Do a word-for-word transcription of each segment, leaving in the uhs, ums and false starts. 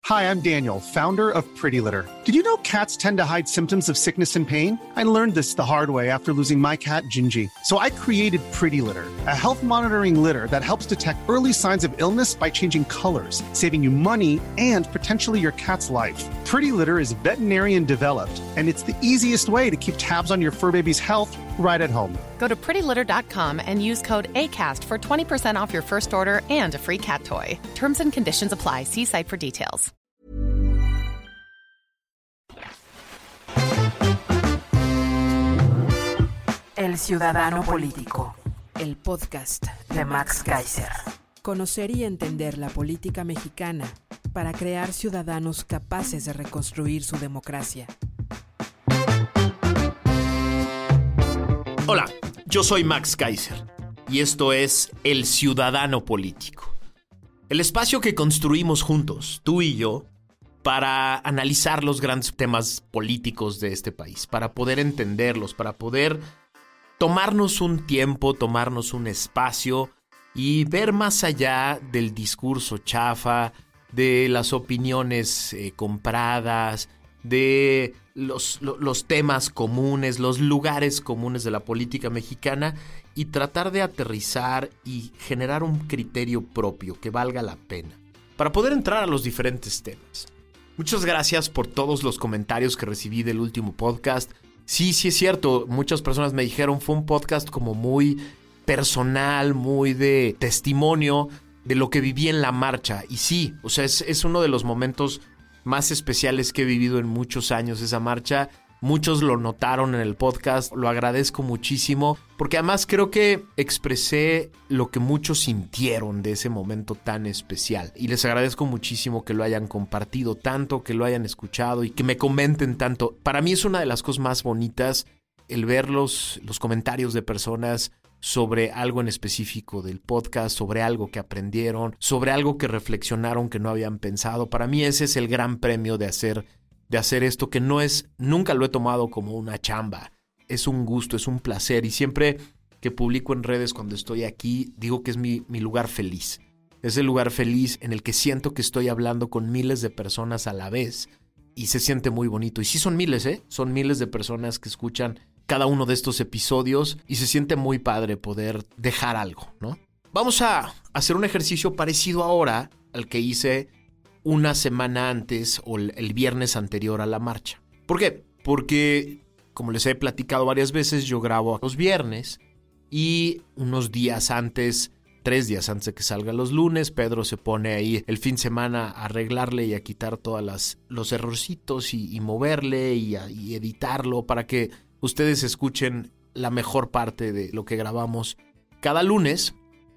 Hi, I'm Daniel, founder of Pretty Litter. Did you know cats tend to hide symptoms of sickness and pain? I learned this the hard way after losing my cat, Gingy. So I created Pretty Litter, a health monitoring litter that helps detect early signs of illness by changing colors, saving you money and potentially your cat's life. Pretty Litter is veterinarian developed, and it's the easiest way to keep tabs on your fur baby's health right at home. Go to pretty litter dot com and use code ACAST for twenty percent off your first order and a free cat toy. Terms and conditions apply. See site for details. El Ciudadano Político, el podcast de Max Kaiser. Conocer y entender la política mexicana para crear ciudadanos capaces de reconstruir su democracia. Hola, yo soy Max Kaiser y esto es El Ciudadano Político. El espacio que construimos juntos, tú y yo, para analizar los grandes temas políticos de este país, para poder entenderlos, para poder tomarnos un tiempo, tomarnos un espacio y ver más allá del discurso chafa, de las opiniones eh, compradas, de los, lo, los temas comunes, los lugares comunes de la política mexicana y tratar de aterrizar y generar un criterio propio que valga la pena para poder entrar a los diferentes temas. Muchas gracias por todos los comentarios que recibí del último podcast. Sí, sí es cierto, muchas personas me dijeron fue un podcast como muy personal, muy de testimonio de lo que viví en la marcha. Y sí, o sea, es, es uno de los momentos más especiales que he vivido en muchos años esa marcha. Muchos lo notaron en el podcast, lo agradezco muchísimo, porque además creo que expresé lo que muchos sintieron de ese momento tan especial. Y les agradezco muchísimo que lo hayan compartido tanto, que lo hayan escuchado y que me comenten tanto. Para mí es una de las cosas más bonitas el ver los, los comentarios de personas sobre algo en específico del podcast, sobre algo que aprendieron, sobre algo que reflexionaron que no habían pensado. Para mí ese es el gran premio de hacer de hacer esto, que no es, nunca lo he tomado como una chamba, es un gusto, es un placer, y siempre que publico en redes cuando estoy aquí, digo que es mi, mi lugar feliz, es el lugar feliz en el que siento que estoy hablando con miles de personas a la vez, y se siente muy bonito, y sí son miles, ¿eh? Son miles de personas que escuchan cada uno de estos episodios, y se siente muy padre poder dejar algo, ¿no? Vamos a hacer un ejercicio parecido ahora al que hice una semana antes o el viernes anterior a la marcha. ¿Por qué? Porque, como les he platicado varias veces, yo grabo los viernes y unos días antes, tres días antes de que salga los lunes, Pedro se pone ahí el fin de semana a arreglarle y a quitar todos las, los errorcitos y, y moverle y, a, y editarlo para que ustedes escuchen la mejor parte de lo que grabamos cada lunes.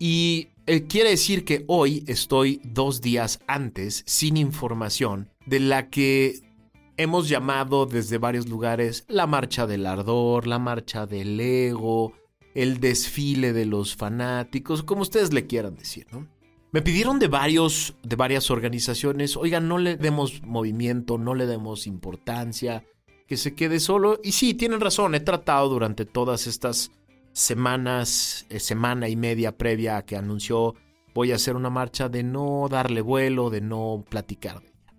Y eh, quiere decir que hoy estoy dos días antes sin información de la que hemos llamado desde varios lugares la marcha del ardor, la marcha del ego, el desfile de los fanáticos, como ustedes le quieran decir, ¿no? Me pidieron de varios, de varias organizaciones, oigan, no le demos movimiento, no le demos importancia, que se quede solo. Y sí, tienen razón, he tratado durante todas estas semanas, eh, semana y media previa a que anunció voy a hacer una marcha, de no darle vuelo, de no platicar de ella.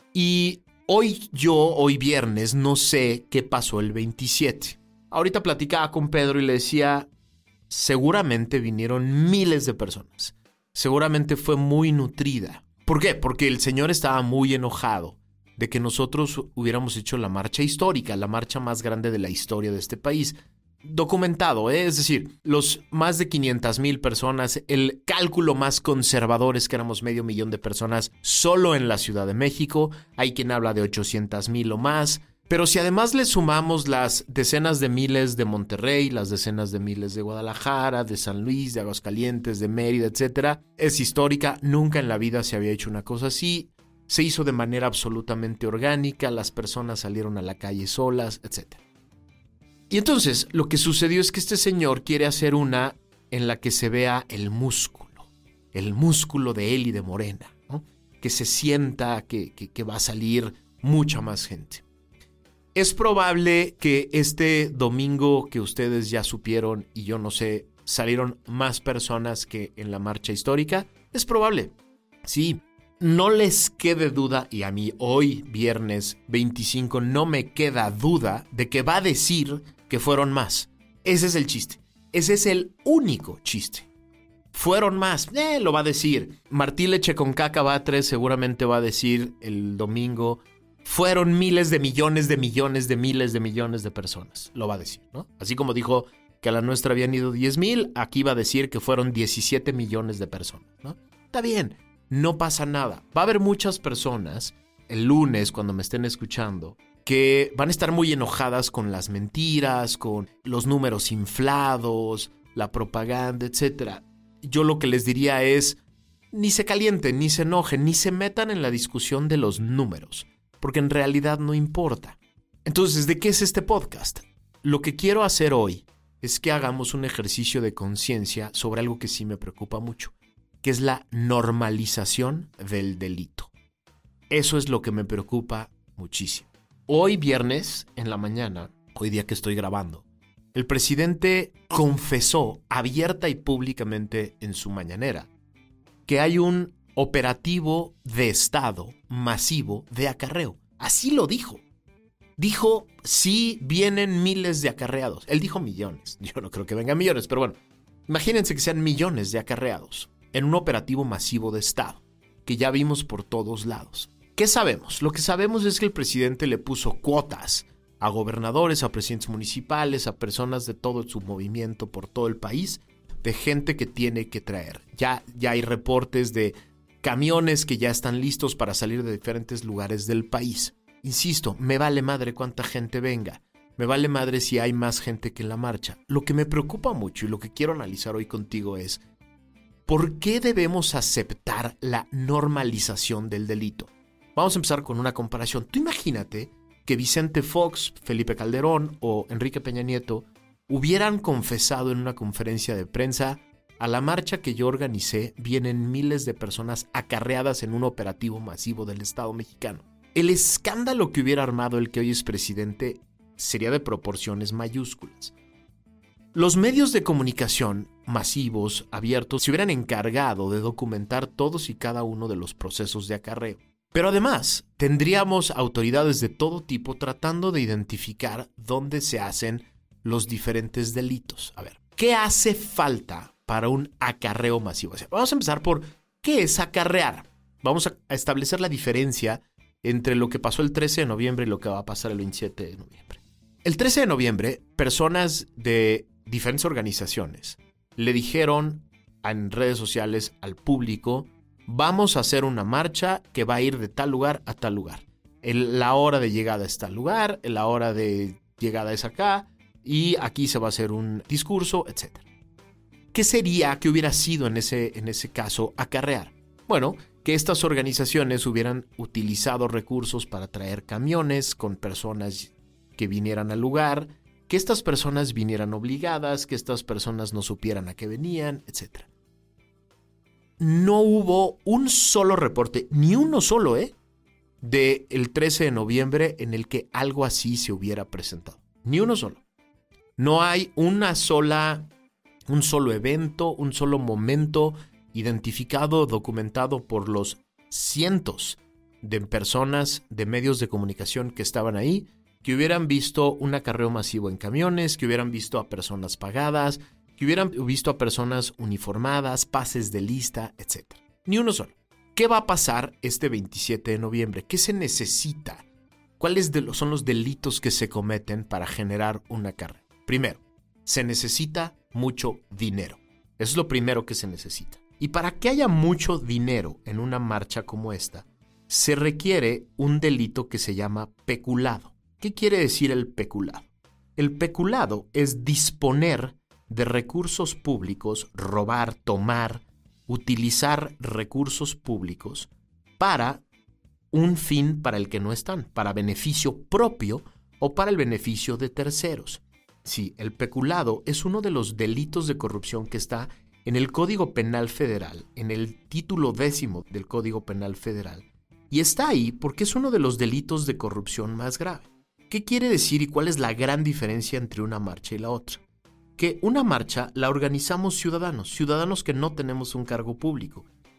Y hoy yo, hoy viernes, no sé qué pasó el veintisiete. Ahorita platicaba con Pedro y le decía, seguramente vinieron miles de personas. Seguramente fue muy nutrida. ¿Por qué? Porque el señor estaba muy enojado de que nosotros hubiéramos hecho la marcha histórica, la marcha más grande de la historia de este país. Documentado, ¿eh? Es decir, los más de quinientas mil personas, el cálculo más conservador es que éramos medio millón de personas solo en la Ciudad de México, hay quien habla de ochocientas mil o más, pero si además le sumamos las decenas de miles de Monterrey, las decenas de miles de Guadalajara, de San Luis, de Aguascalientes, de Mérida, etcétera, es histórica, nunca en la vida se había hecho una cosa así, se hizo de manera absolutamente orgánica, las personas salieron a la calle solas, etcétera. Y entonces lo que sucedió es que este señor quiere hacer una en la que se vea el músculo, el músculo de él y de Morena, ¿no? Que se sienta que, que, que va a salir mucha más gente. Es probable que este domingo que ustedes ya supieron y yo no sé, salieron más personas que en la marcha histórica. Es probable, sí. no les quede duda, y a mí hoy, viernes veinticinco, no me queda duda de que va a decir que fueron más. Ese es el chiste. Ese es el único chiste. Fueron más, eh, lo va a decir. Martí Leche con Caca Batres seguramente va a decir el domingo, fueron miles de millones de millones de miles de millones de personas. Lo va a decir, ¿no? Así como dijo que a la nuestra habían ido diez mil, aquí va a decir que fueron diecisiete millones de personas, ¿no? Está bien, no pasa nada. Va a haber muchas personas el lunes, cuando me estén escuchando, que van a estar muy enojadas con las mentiras, con los números inflados, la propaganda, etcétera. Yo lo que les diría es, ni se calienten, ni se enojen, ni se metan en la discusión de los números, porque en realidad no importa. Entonces, ¿de qué es este podcast? Lo que quiero hacer hoy es que hagamos un ejercicio de conciencia sobre algo que sí me preocupa mucho, que es la normalización del delito. Eso es lo que me preocupa muchísimo. Hoy viernes, en la mañana, hoy día que estoy grabando, el presidente confesó abierta y públicamente en su mañanera que hay un operativo de Estado masivo de acarreo. Así lo dijo. Dijo, sí vienen miles de acarreados. Él dijo millones. Yo no creo que vengan millones, pero bueno, imagínense que sean millones de acarreados en un operativo masivo de Estado, que ya vimos por todos lados. ¿Qué sabemos? Lo que sabemos es que el presidente le puso cuotas a gobernadores, a presidentes municipales, a personas de todo su movimiento por todo el país, de gente que tiene que traer. Ya, ya hay reportes de camiones que ya están listos para salir de diferentes lugares del país. Insisto, me vale madre cuánta gente venga. Me vale madre si hay más gente que en la marcha. Lo que me preocupa mucho y lo que quiero analizar hoy contigo es ¿por qué debemos aceptar la normalización del delito? Vamos a empezar con una comparación. Tú imagínate que Vicente Fox, Felipe Calderón o Enrique Peña Nieto hubieran confesado en una conferencia de prensa: a la marcha que yo organicé vienen miles de personas acarreadas en un operativo masivo del Estado mexicano. El escándalo que hubiera armado el que hoy es presidente sería de proporciones mayúsculas. Los medios de comunicación masivos, abiertos, se hubieran encargado de documentar todos y cada uno de los procesos de acarreo. Pero además, tendríamos autoridades de todo tipo tratando de identificar dónde se hacen los diferentes delitos. A ver, ¿qué hace falta para un acarreo masivo? O sea, vamos a empezar por ¿qué es acarrear? Vamos a establecer la diferencia entre lo que pasó el trece de noviembre y lo que va a pasar el veintisiete de noviembre. El trece de noviembre, personas de diferentes organizaciones le dijeron en redes sociales al público: vamos a hacer una marcha que va a ir de tal lugar a tal lugar. El, la hora de llegada es tal lugar, la hora de llegada es acá, y aquí se va a hacer un discurso, etcétera. ¿Qué sería, qué hubiera sido en ese, en ese caso acarrear? Bueno, que estas organizaciones hubieran utilizado recursos para traer camiones con personas que vinieran al lugar, que estas personas vinieran obligadas, que estas personas no supieran a qué venían, etcétera. No hubo un solo reporte, ni uno solo, ¿eh? De el trece de noviembre en el que algo así se hubiera presentado. Ni uno solo. No hay una sola, un solo evento, un solo momento identificado, documentado por los cientos de personas de medios de comunicación que estaban ahí, que hubieran visto un acarreo masivo en camiones, que hubieran visto a personas pagadas, que hubieran visto a personas uniformadas, pases de lista, etcétera. Ni uno solo. ¿Qué va a pasar este veintisiete de noviembre? ¿Qué se necesita? ¿Cuáles de los, son los delitos que se cometen para generar un acarreo? Primero, se necesita mucho dinero. Eso es lo primero que se necesita. Y para que haya mucho dinero en una marcha como esta, se requiere un delito que se llama peculado. ¿Qué quiere decir el peculado? El peculado es disponer de recursos públicos, robar, tomar, utilizar recursos públicos para un fin para el que no están, para beneficio propio o para el beneficio de terceros. Sí, el peculado es uno de los delitos de corrupción que está en el Código Penal Federal, en el título décimo del Código Penal Federal, y está ahí porque es uno de los delitos de corrupción más grave. ¿Qué quiere decir y cuál es la gran diferencia entre una marcha y la otra? Que una marcha la organizamos ciudadanos, ciudadanos que no tenemos un cargo público,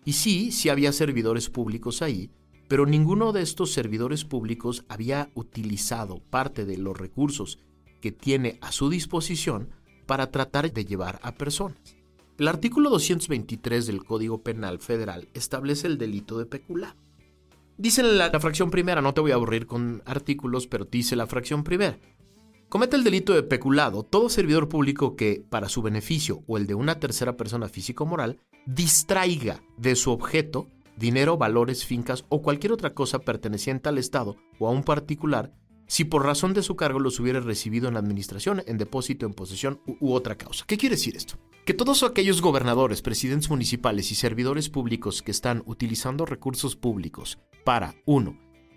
Y sí, sí había servidores públicos ahí, pero ninguno de estos servidores públicos había utilizado parte de los recursos que tiene a su disposición para tratar de llevar a personas. El artículo doscientos veintitrés del Código Penal Federal establece el delito de peculado. Dice la, la fracción primera, no te voy a aburrir con artículos, pero dice la fracción primera: comete el delito de peculado todo servidor público que, para su beneficio o el de una tercera persona física o moral, distraiga de su objeto dinero, valores, fincas o cualquier otra cosa perteneciente al Estado o a un particular, si por razón de su cargo los hubiera recibido en administración, en depósito, en posesión u, u otra causa. ¿Qué quiere decir esto? Que todos aquellos gobernadores, presidentes municipales y servidores públicos que están utilizando recursos públicos para, uno,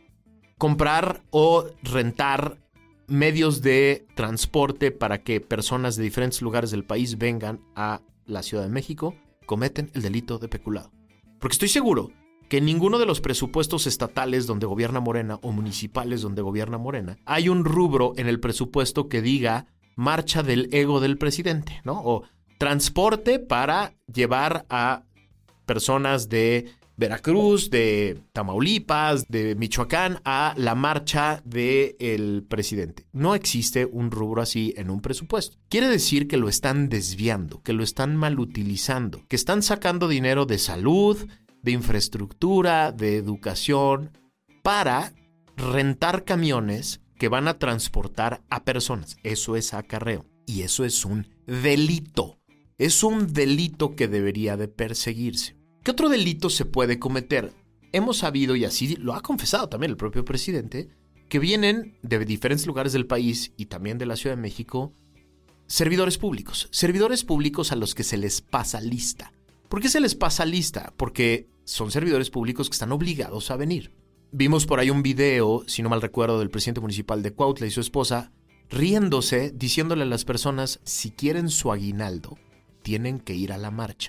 comprar o rentar medios de transporte para que personas de diferentes lugares del país vengan a la Ciudad de México, cometen el delito de peculado. Porque estoy seguro que en ninguno de los presupuestos estatales donde gobierna Morena o municipales donde gobierna Morena hay un rubro en el presupuesto que diga marcha del ego del presidente, ¿no? O transporte para llevar a personas de Veracruz, de Tamaulipas, de Michoacán a la marcha del presidente. No existe un rubro así en un presupuesto. Quiere decir que lo están desviando, que lo están mal utilizando, que están sacando dinero de salud, de infraestructura, de educación, para rentar camiones que van a transportar a personas. Eso es acarreo y eso es un delito. Es un delito que debería de perseguirse. ¿Qué otro delito se puede cometer? Hemos sabido, y así lo ha confesado también el propio presidente, que vienen de diferentes lugares del país y también de la Ciudad de México servidores públicos. Servidores públicos a los que se les pasa lista. ¿Por qué se les pasa lista? Porque son servidores públicos que están obligados a venir. Vimos por ahí un video, si no mal recuerdo, del presidente municipal de Cuautla y su esposa, riéndose, diciéndole a las personas, si quieren su aguinaldo, tienen que ir a la marcha.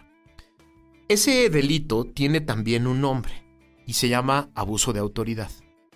Ese delito tiene también un nombre y se llama abuso de autoridad.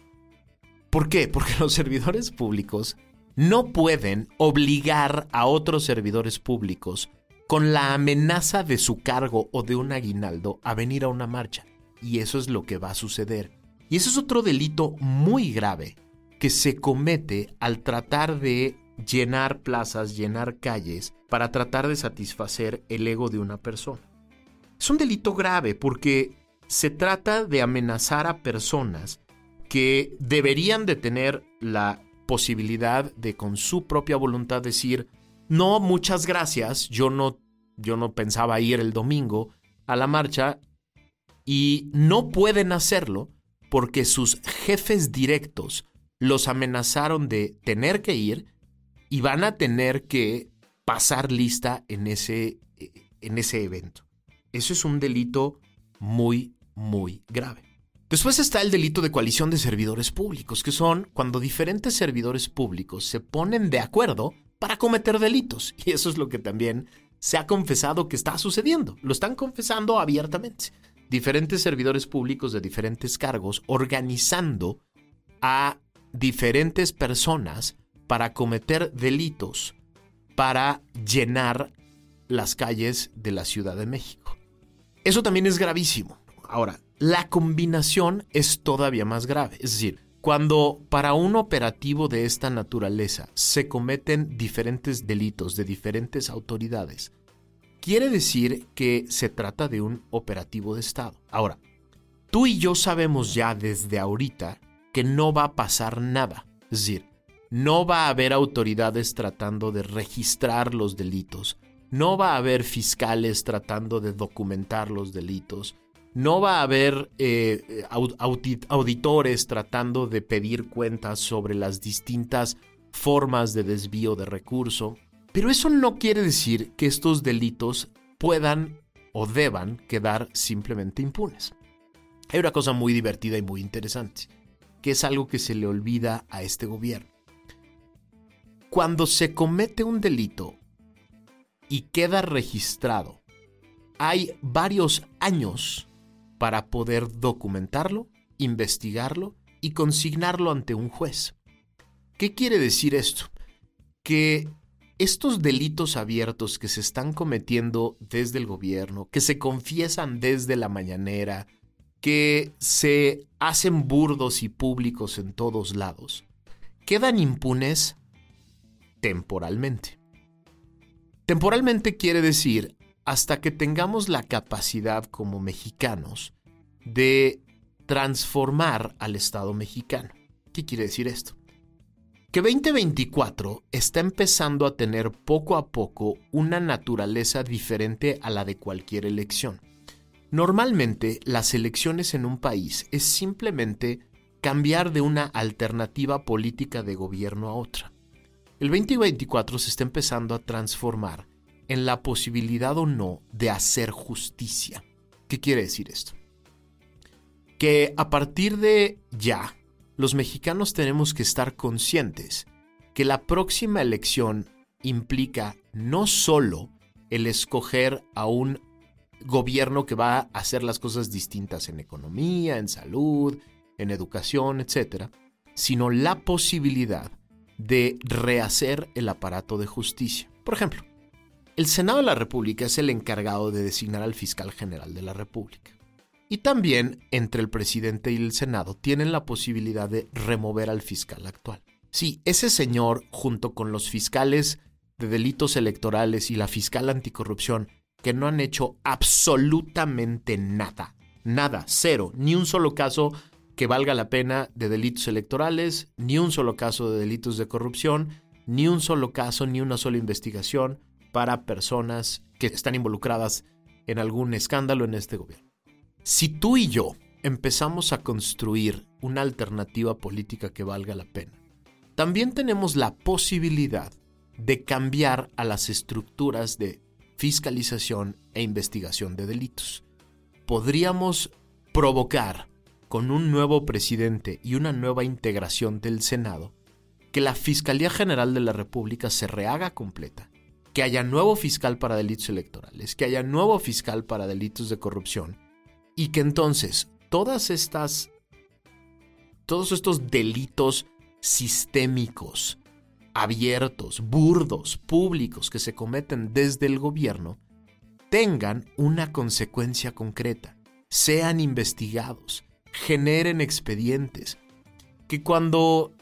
¿Por qué? Porque los servidores públicos no pueden obligar a otros servidores públicos con la amenaza de su cargo o de un aguinaldo a venir a una marcha. Y eso es lo que va a suceder. Y eso es otro delito muy grave que se comete al tratar de llenar plazas, llenar calles para tratar de satisfacer el ego de una persona. Es un delito grave porque se trata de amenazar a personas que deberían de tener la posibilidad de con su propia voluntad decir, no, muchas gracias, yo no, yo no pensaba ir el domingo a la marcha, y no pueden hacerlo porque sus jefes directos los amenazaron de tener que ir y van a tener que pasar lista en ese, en ese evento. Eso es un delito muy, muy grave. Después está el delito de coalición de servidores públicos, que son cuando diferentes servidores públicos se ponen de acuerdo para cometer delitos. Y eso es lo que también se ha confesado que está sucediendo. Lo están confesando abiertamente. Diferentes servidores públicos de diferentes cargos organizando a diferentes personas para cometer delitos, para llenar las calles de la Ciudad de México. Eso también es gravísimo. Ahora, la combinación es todavía más grave. Es decir, cuando para un operativo de esta naturaleza se cometen diferentes delitos de diferentes autoridades, quiere decir que se trata de un operativo de Estado. Ahora, tú y yo sabemos ya desde ahorita que no va a pasar nada. Es decir, no va a haber autoridades tratando de registrar los delitos. No va a haber fiscales tratando de documentar los delitos. No va a haber eh, audit- auditores tratando de pedir cuentas sobre las distintas formas de desvío de recurso. Pero eso no quiere decir que estos delitos puedan o deban quedar simplemente impunes. Hay una cosa muy divertida y muy interesante, que es algo que se le olvida a este gobierno. Cuando se comete un delito y queda registrado, hay varios años para poder documentarlo, investigarlo y consignarlo ante un juez. ¿Qué quiere decir esto? Que estos delitos abiertos que se están cometiendo desde el gobierno, que se confiesan desde la mañanera, que se hacen burdos y públicos en todos lados, quedan impunes temporalmente. Temporalmente quiere decir hasta que tengamos la capacidad como mexicanos de transformar al Estado mexicano. ¿Qué quiere decir esto? Que veinte veinticuatro está empezando a tener poco a poco una naturaleza diferente a la de cualquier elección. Normalmente, las elecciones en un país es simplemente cambiar de una alternativa política de gobierno a otra. El veinte veinticuatro se está empezando a transformar en la posibilidad o no de hacer justicia. ¿Qué quiere decir esto? Que a partir de ya, los mexicanos tenemos que estar conscientes que la próxima elección implica no solo el escoger a un gobierno que va a hacer las cosas distintas en economía, en salud, en educación, etcétera, sino la posibilidad de rehacer el aparato de justicia. Por ejemplo, el Senado de la República es el encargado de designar al fiscal general de la República. Y también, entre el presidente y el Senado, tienen la posibilidad de remover al fiscal actual. Sí, ese señor, junto con los fiscales de delitos electorales y la fiscal anticorrupción, que no han hecho absolutamente nada, nada, cero, ni un solo caso que valga la pena de delitos electorales, ni un solo caso de delitos de corrupción, ni un solo caso, ni una sola investigación para personas que están involucradas en algún escándalo en este gobierno. Si tú y yo empezamos a construir una alternativa política que valga la pena, también tenemos la posibilidad de cambiar a las estructuras de fiscalización e investigación de delitos. Podríamos provocar, con un nuevo presidente y una nueva integración del Senado, que la Fiscalía General de la República se rehaga completa, que haya nuevo fiscal para delitos electorales, que haya nuevo fiscal para delitos de corrupción, y que entonces todas estas, todos estos delitos sistémicos, abiertos, burdos, públicos que se cometen desde el gobierno, tengan una consecuencia concreta, sean investigados, generen expedientes, que cuando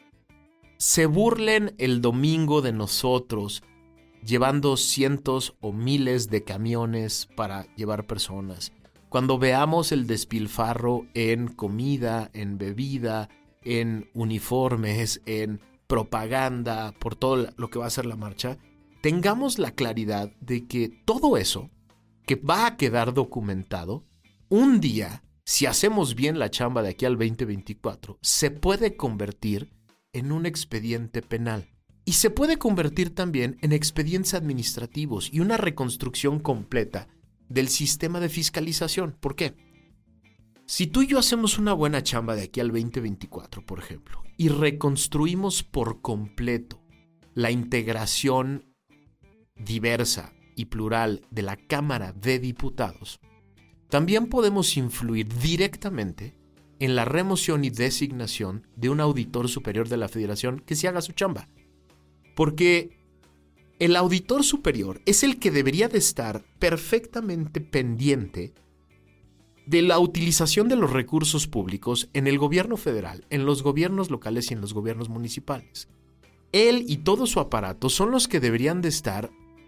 se burlen el domingo de nosotros, llevando cientos o miles de camiones para llevar personas, cuando veamos el despilfarro en comida, en bebida, en uniformes, en propaganda, por todo lo que va a ser la marcha, tengamos la claridad de que todo eso, que va a quedar documentado, un día, si hacemos bien la chamba de aquí al veinte veinticuatro, se puede convertir en un expediente penal. Y se puede convertir también en expedientes administrativos y una reconstrucción completa del sistema de fiscalización. ¿Por qué? Si tú y yo hacemos una buena chamba de aquí al veinte veinticuatro, por ejemplo, y reconstruimos por completo la integración diversa y plural de la Cámara de Diputados, también podemos influir directamente en la remoción y designación de un auditor superior de la Federación que se haga su chamba. Porque el auditor superior es el que debería de estar perfectamente pendiente de la utilización de los recursos públicos en el gobierno federal, en los gobiernos locales y en los gobiernos municipales. Él y todo su aparato son los que deberían de estar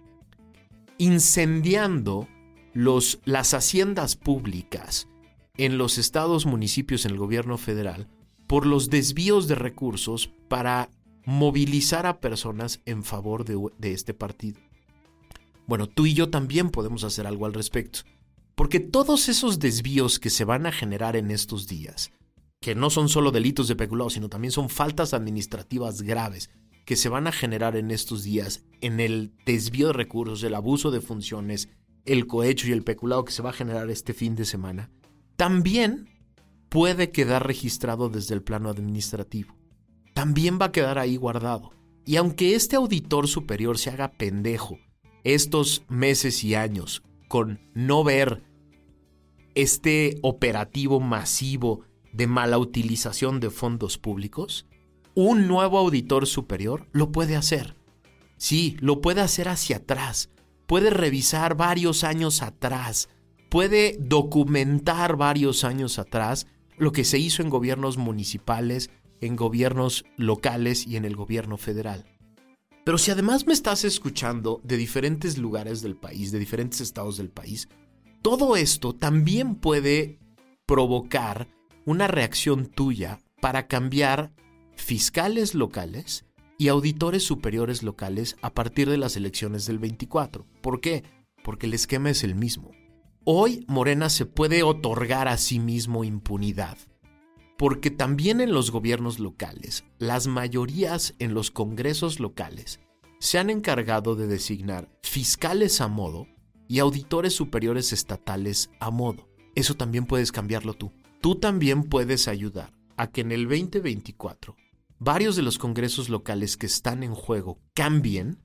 incendiando los, las haciendas públicas en los estados, municipios, en el gobierno federal, por los desvíos de recursos para movilizar a personas en favor de, de este partido. Bueno, tú y yo también podemos hacer algo al respecto, porque todos esos desvíos que se van a generar en estos días, que no son solo delitos de peculado, sino también son faltas administrativas graves que se van a generar en estos días en el desvío de recursos, el abuso de funciones, el cohecho y el peculado que se va a generar este fin de semana, también puede quedar registrado desde el plano administrativo. También va a quedar ahí guardado. Y aunque este auditor superior se haga pendejo estos meses y años con no ver este operativo masivo de mala utilización de fondos públicos, un nuevo auditor superior lo puede hacer. Sí, lo puede hacer hacia atrás. Puede revisar varios años atrás. Puede documentar varios años atrás lo que se hizo en gobiernos municipales, en gobiernos locales y en el gobierno federal. Pero si además me estás escuchando de diferentes lugares del país, de diferentes estados del país, todo esto también puede provocar una reacción tuya para cambiar fiscales locales y auditores superiores locales a partir de las elecciones del veinticuatro. ¿Por qué? Porque el esquema es el mismo. Hoy Morena se puede otorgar a sí mismo impunidad, porque también en los gobiernos locales, las mayorías en los congresos locales se han encargado de designar fiscales a modo y auditores superiores estatales a modo. Eso también puedes cambiarlo tú. Tú también puedes ayudar a que en el veinte veinticuatro varios de los congresos locales que están en juego cambien,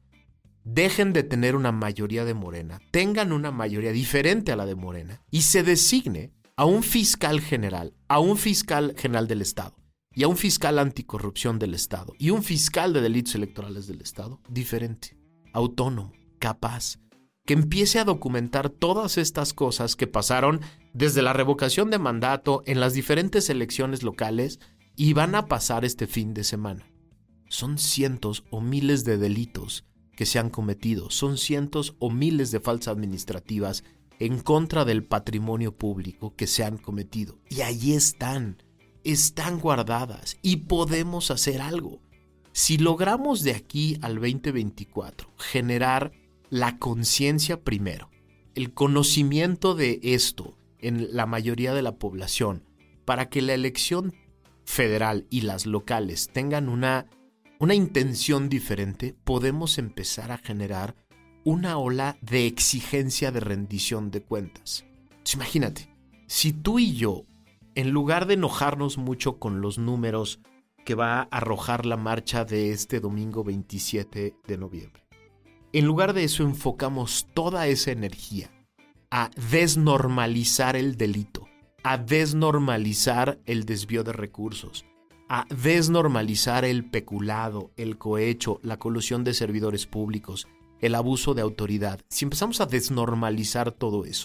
dejen de tener una mayoría de Morena, tengan una mayoría diferente a la de Morena y se designe a un fiscal general, a un fiscal general del Estado y a un fiscal anticorrupción del Estado y un fiscal de delitos electorales del Estado diferente, autónomo, capaz, que empiece a documentar todas estas cosas que pasaron desde la revocación de mandato en las diferentes elecciones locales y van a pasar este fin de semana. Son cientos o miles de delitos que se han cometido, son cientos o miles de falsas administrativas en contra del patrimonio público que se han cometido. Y ahí están, están guardadas y podemos hacer algo. Si logramos de aquí al veinte veinticuatro generar la conciencia primero, el conocimiento de esto en la mayoría de la población, para que la elección federal y las locales tengan una, una intención diferente, podemos empezar a generar una ola de exigencia de rendición de cuentas. Entonces, imagínate, si tú y yo, en lugar de enojarnos mucho con los números que va a arrojar la marcha de este domingo veintisiete de noviembre, en lugar de eso enfocamos toda esa energía a desnormalizar el delito, a desnormalizar el desvío de recursos, a desnormalizar el peculado, el cohecho, la colusión de servidores públicos, el abuso de autoridad. Si empezamos a desnormalizar todo eso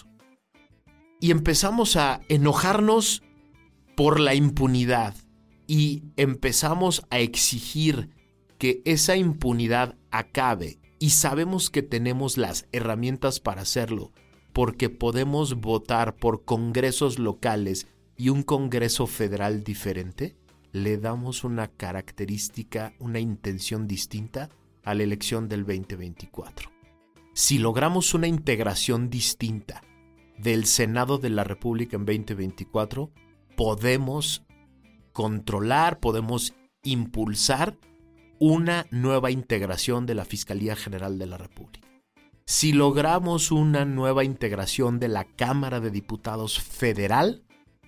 y empezamos a enojarnos por la impunidad y empezamos a exigir que esa impunidad acabe y sabemos que tenemos las herramientas para hacerlo porque podemos votar por congresos locales y un congreso federal diferente, le damos una característica, una intención distinta a la elección del veinte veinticuatro. Si logramos una integración distinta del Senado de la República en veinte veinticuatro, podemos controlar, podemos impulsar una nueva integración de la Fiscalía General de la República. Si logramos una nueva integración de la Cámara de Diputados Federal,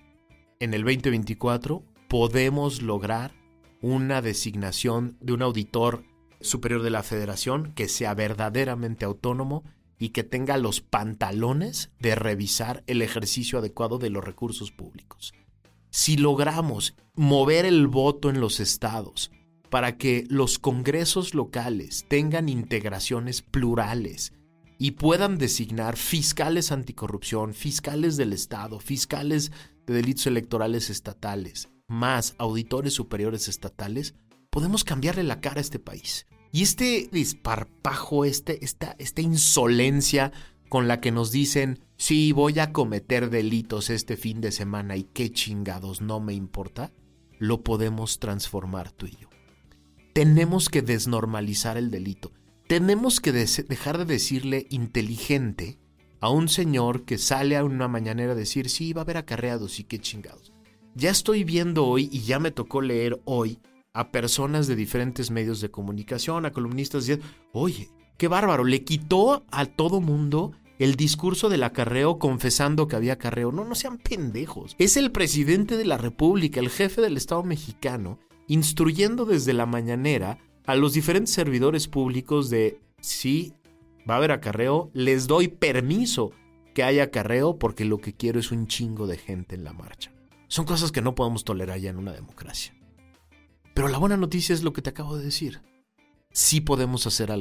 en el veinte veinticuatro podemos lograr una designación de un auditor superior de la Federación que sea verdaderamente autónomo y que tenga los pantalones de revisar el ejercicio adecuado de los recursos públicos. Si logramos mover el voto en los estados para que los congresos locales tengan integraciones plurales y puedan designar fiscales anticorrupción, fiscales del Estado, fiscales de delitos electorales estatales, más auditores superiores estatales, podemos cambiarle la cara a este país. Y este desparpajo, este, esta, esta insolencia con la que nos dicen, sí, voy a cometer delitos este fin de semana y qué chingados, no me importa, lo podemos transformar tú y yo. Tenemos que desnormalizar el delito. Tenemos que des- dejar de decirle inteligente a un señor que sale a una mañanera a decir, sí, va a haber acarreados y qué chingados. Ya estoy viendo hoy y ya me tocó leer hoy a personas de diferentes medios de comunicación, a columnistas diciendo, oye, qué bárbaro, le quitó a todo mundo el discurso del acarreo confesando que había acarreo. No, no sean pendejos. Es el presidente de la República, el jefe del Estado mexicano, instruyendo desde la mañanera a los diferentes servidores públicos de, sí, va a haber acarreo, les doy permiso que haya acarreo porque lo que quiero es un chingo de gente en la marcha. Son cosas que no podemos tolerar ya en una democracia. Pero la buena noticia es lo que te acabo de decir. Sí podemos hacer algo.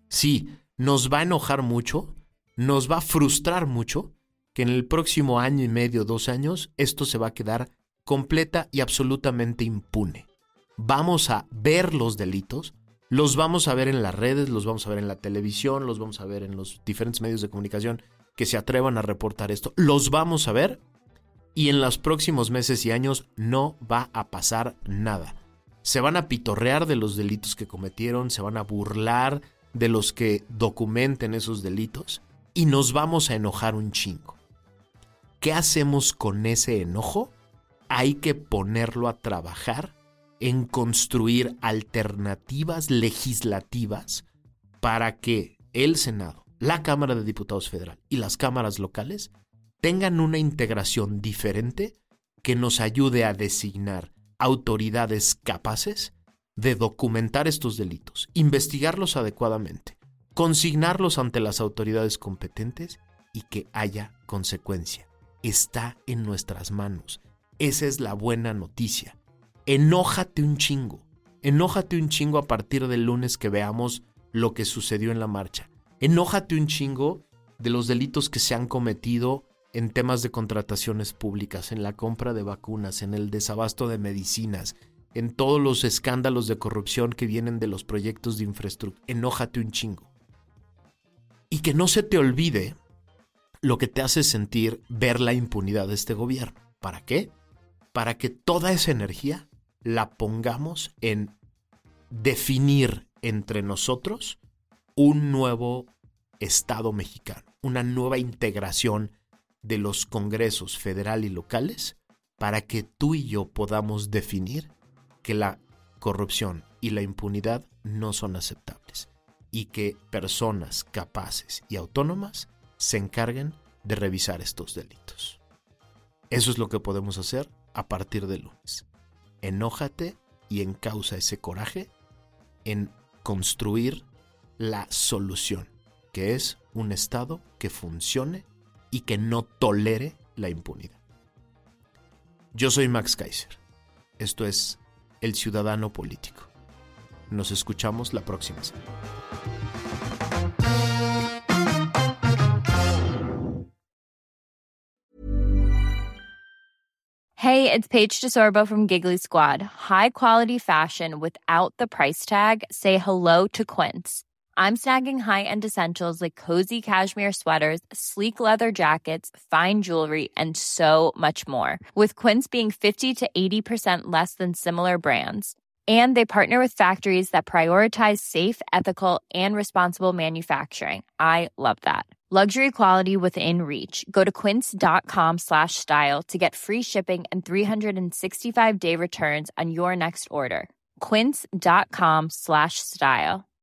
Sí, nos va a enojar mucho, nos va a frustrar mucho que en el próximo año y medio, dos años, esto se va a quedar completa y absolutamente impune. Vamos a ver los delitos, los vamos a ver en las redes, los vamos a ver en la televisión, los vamos a ver en los diferentes medios de comunicación que se atrevan a reportar esto, los vamos a ver y en los próximos meses y años no va a pasar nada. Se van a pitorrear de los delitos que cometieron, se van a burlar de los que documenten esos delitos y nos vamos a enojar un chingo. ¿Qué hacemos con ese enojo? Hay que ponerlo a trabajar en construir alternativas legislativas para que el Senado, la Cámara de Diputados Federal y las cámaras locales tengan una integración diferente que nos ayude a designar autoridades capaces de documentar estos delitos, investigarlos adecuadamente, consignarlos ante las autoridades competentes y que haya consecuencia. Está en nuestras manos. Esa es la buena noticia. Enójate un chingo. Enójate un chingo a partir del lunes que veamos lo que sucedió en la marcha. Enójate un chingo de los delitos que se han cometido en temas de contrataciones públicas, en la compra de vacunas, en el desabasto de medicinas, en todos los escándalos de corrupción que vienen de los proyectos de infraestructura. Enójate un chingo. Y que no se te olvide lo que te hace sentir ver la impunidad de este gobierno. ¿Para qué? Para que toda esa energía la pongamos en definir entre nosotros un nuevo Estado mexicano, una nueva integración de los congresos federal y locales para que tú y yo podamos definir que la corrupción y la impunidad no son aceptables y que personas capaces y autónomas se encarguen de revisar estos delitos. Eso es lo que podemos hacer a partir del lunes. Enójate y encausa ese coraje en construir la solución, que es un Estado que funcione y que no tolere la impunidad. Yo soy Max Kaiser. Esto es El Ciudadano Político. Nos escuchamos la próxima semana. Hey, it's Paige DeSorbo from Giggly Squad. High quality fashion without the price tag. Say hello to Quince. I'm snagging high-end essentials like cozy cashmere sweaters, sleek leather jackets, fine jewelry, and so much more. With Quince being fifty to eighty percent less than similar brands. And they partner with factories that prioritize safe, ethical, and responsible manufacturing. I love that. Luxury quality within reach. Go to quince.com slash style to get free shipping and three sixty-five day returns on your next order. Quince.com slash style.